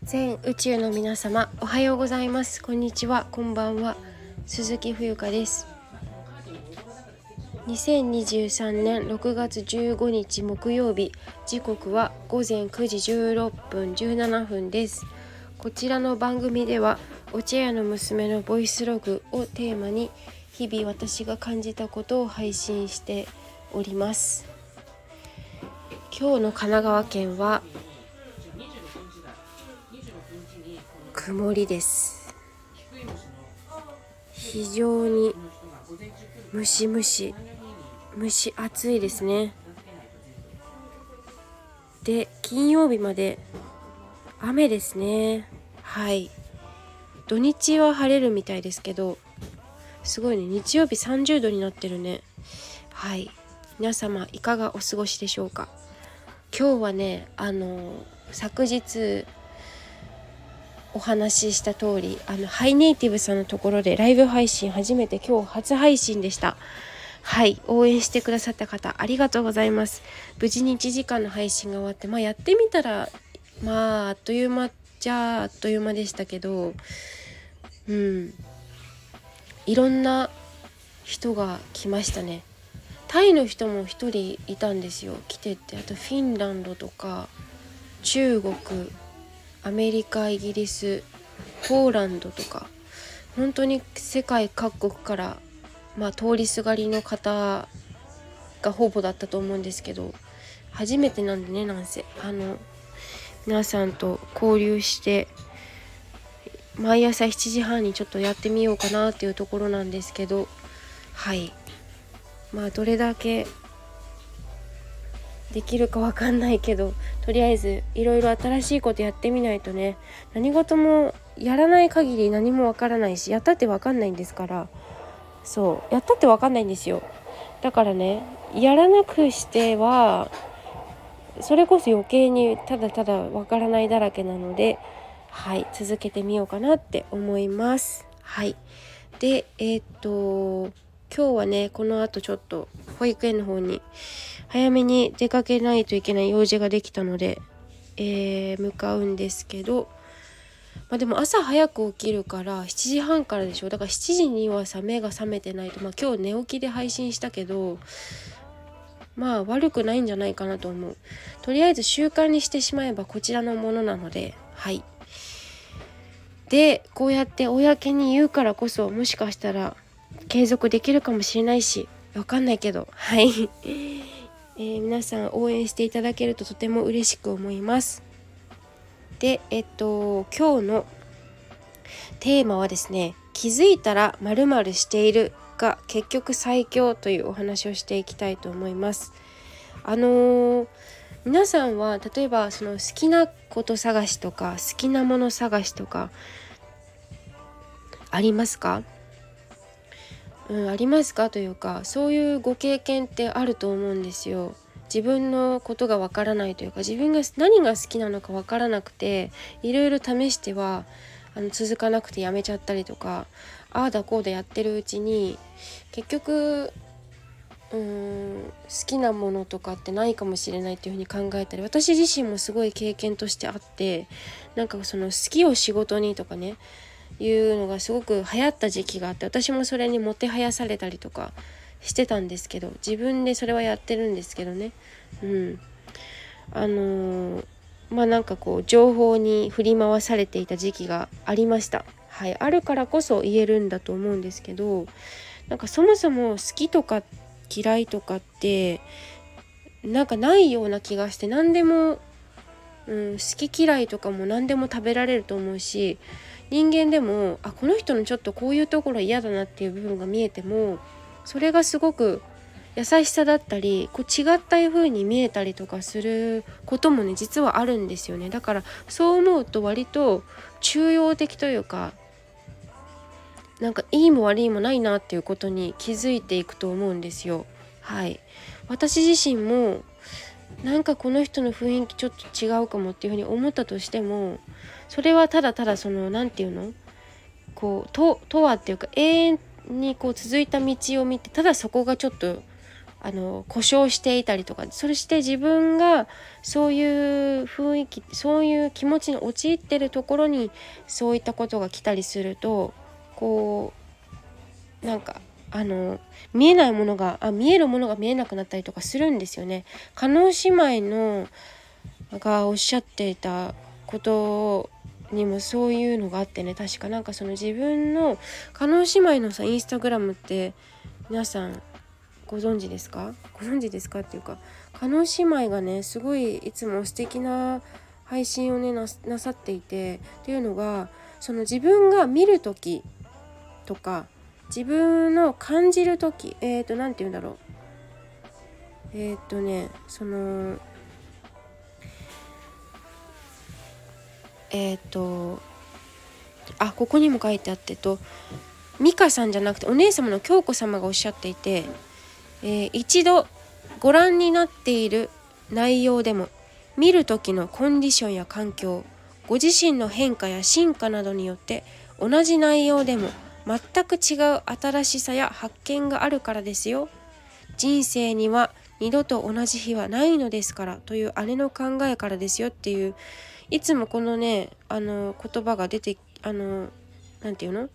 全宇宙の皆様、おはようございます。こんにちは、こんばんは。鈴木冬香です。2023年6月15日木曜日、時刻は午前9時16分17分です。こちらの番組ではお茶屋の娘のボイスログをテーマに日々私が感じたことを配信しております。今日の神奈川県は曇りです。非常に蒸暑いですね。で、金曜日まで雨ですね。はい。土日は晴れるみたいですけど、すごいね。日曜日30度になってるね。はい。皆様いかがお過ごしでしょうか。今日はね、昨日お話しした通り、ハイネイティブさんのところでライブ配信初めて、今日初配信でした。はい、応援してくださった方ありがとうございます。無事に1時間の配信が終わって、やってみたらあっという間じゃあっという間でしたけど、いろんな人が来ましたね。タイの人も一人いたんですよ、来てて。あとフィンランドとか中国、アメリカ、イギリス、ポーランドとか、本当に世界各国から通りすがりの方がほぼだったと思うんですけど、初めてなんでね、なんせ皆さんと交流して毎朝7時半にちょっとやってみようかなっていうところなんですけど、はい、どれだけできるかわかんないけど、とりあえずいろいろ新しいことやってみないとね、何事もやらない限り何もわからないし、やったってわかんないんですから。そうやったってわかんないんですよ。だからね、やらなくしてはそれこそ余計にただただわからないだらけなので、はい、続けてみようかなって思います。はい。で、今日はね、この後ちょっと保育園の方に早めに出かけないといけない用事ができたので、向かうんですけど、でも朝早く起きるから7時半からでしょ。だから7時には目が覚めてないと、今日寝起きで配信したけど、悪くないんじゃないかなと思う。とりあえず習慣にしてしまえばこちらのものなので、はい。で、こうやって公に言うからこそ、もしかしたら継続できるかもしれないし、わかんないけど、はい。皆さん応援していただけるととても嬉しく思います。で、今日のテーマはですね、気づいたら〇〇しているが結局最強というお話をしていきたいと思います。皆さんは例えばその好きなこと探しとか好きなもの探しとかありますか？ありますかというか、そういうご経験ってあると思うんですよ。自分のことがわからないというか、自分が何が好きなのかわからなくて、いろいろ試しては続かなくてやめちゃったりとか、ああだこうだやってるうちに結局好きなものとかってないかもしれないっていうふうに考えたり、私自身もすごい経験としてあって、その好きを仕事にとかねいうのがすごく流行った時期があって、私もそれにもてはやされたりとかしてたんですけど、自分でそれはやってるんですけどね。情報に振り回されていた時期がありました。はい、あるからこそ言えるんだと思うんですけど、そもそも好きとか嫌いとかってないような気がして、何でも、好き嫌いとかも何でも食べられると思うし、人間でもこの人のちょっとこういうところ嫌だなっていう部分が見えても、それがすごく優しさだったり、違った風に見えたりとかすることもね、実はあるんですよね。だからそう思うと割と中庸的というか、いいも悪いもないなっていうことに気づいていくと思うんですよ。はい。私自身もこの人の雰囲気ちょっと違うかもっていうふうに思ったとしても、それはただただそのとはっていうか、永遠に続いた道を見て、ただそこがちょっと故障していたりとか、そして自分がそういう雰囲気、そういう気持ちに陥ってるところにそういったことが来たりすると、こうなんか見えないものが見えるものが見えなくなったりとかするんですよね。叶姉妹がおっしゃっていたことにもそういうのがあってね、確かその自分の叶姉妹のインスタグラムって皆さんご存知ですかっていうか、叶姉妹がねすごいいつも素敵な配信をね なさっていて、っていうのがその自分が見る時とか自分の感じる時、なんて言うんだろう、そのここにも書いてあって、美香さんじゃなくてお姉様の京子様がおっしゃっていて、一度ご覧になっている内容でも見る時のコンディションや環境、ご自身の変化や進化などによって同じ内容でも全く違う新しさや発見があるからですよ。人生には二度と同じ日はないのですからという姉の考えからですよっていう、いつもこのね言葉が出てなんていうの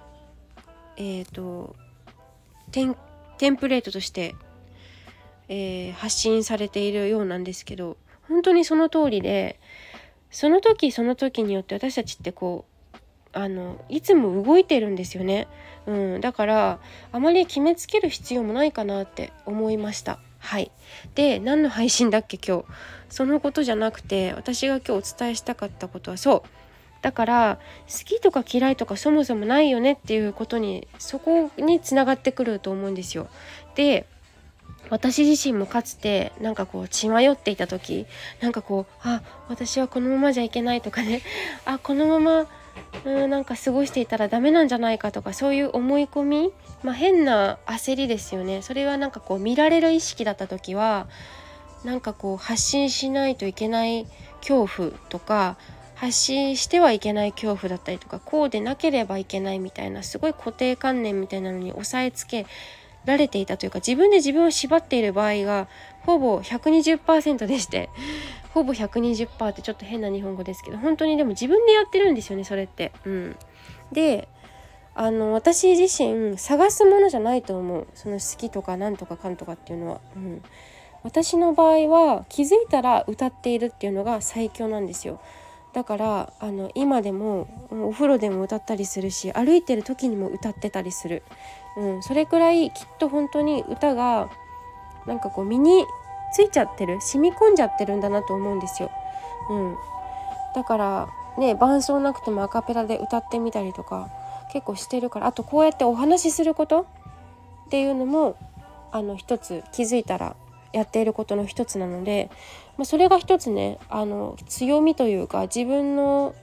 テンプレートとして、発信されているようなんですけど、本当にその通りで、その時その時によって私たちっていつも動いてるんですよね。だからあまり決めつける必要もないかなって思いました。はい。で、何の配信だっけ今日。そのことじゃなくて、私が今日お伝えしたかったことはだから好きとか嫌いとかそもそもないよねっていうことに、そこにつながってくると思うんですよ。で、私自身もかつて血迷っていた時、私はこのままじゃいけないとかねこのまま過ごしていたらダメなんじゃないかとか、そういう思い込み、変な焦りですよね。それは見られる意識だった時は発信しないといけない恐怖とか、発信してはいけない恐怖だったりとか、こうでなければいけないみたいなすごい固定観念みたいなのに押さえつけられていたというか、自分で自分を縛っている場合がほぼ 120% でして、ほぼ 120% ってちょっと変な日本語ですけど、本当にでも自分でやってるんですよね、それって。で私自身探すものじゃないと思う、その好きとかなんとかかんとかっていうのは。私の場合は気づいたら歌っているっていうのが最強なんですよ。だから今でもお風呂でも歌ったりするし、歩いてる時にも歌ってたりする。それくらいきっと本当に歌が身についちゃってる、染み込んじゃってるんだなと思うんですよ。だからね、伴奏なくてもアカペラで歌ってみたりとか結構してるから、あとこうやってお話しすることっていうのも一つ気づいたらやっていることの一つなので、それが一つね強みというか、自分の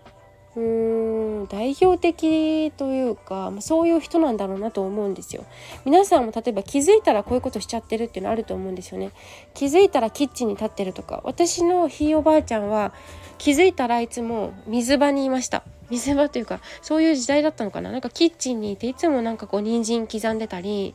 代表的というか、そういう人なんだろうなと思うんですよ。皆さんも例えば気づいたらこういうことしちゃってるっていうのあると思うんですよね。気づいたらキッチンに立ってるとか、私のひいおばあちゃんは気づいたらいつも水場にいました。水場というかそういう時代だったのかな。キッチンにいていつも人参刻んでたり、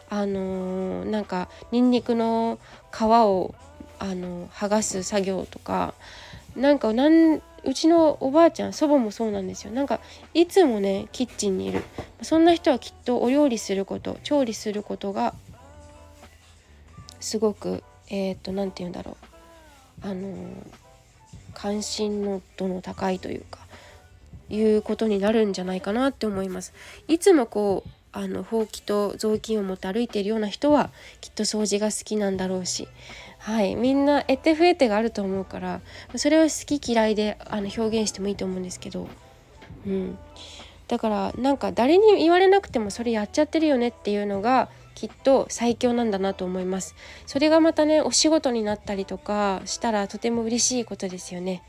ニンニクの皮を剥がす作業とか、うちのおばあちゃん、祖母もそうなんですよ。いつもねキッチンにいる。そんな人はきっとお料理すること、調理することがすごくなんて言うんだろう、関心の度の高いというかいうことになるんじゃないかなって思います。いつもほうきと雑巾を持って歩いているような人はきっと掃除が好きなんだろうし、みんな得手不得手があると思うから、それを好き嫌いで表現してもいいと思うんですけど、だから誰に言われなくてもそれやっちゃってるよねっていうのがきっと最強なんだなと思います。それがまたねお仕事になったりとかしたらとても嬉しいことですよね。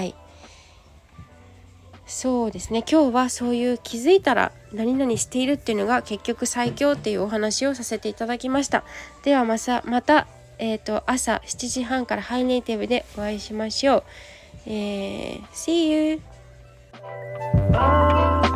そうですね、今日はそういう気づいたら何々しているっていうのが結局最強っていうお話をさせていただきました。ではまた朝7時半からハイネイティブでお会いしましょう。See you!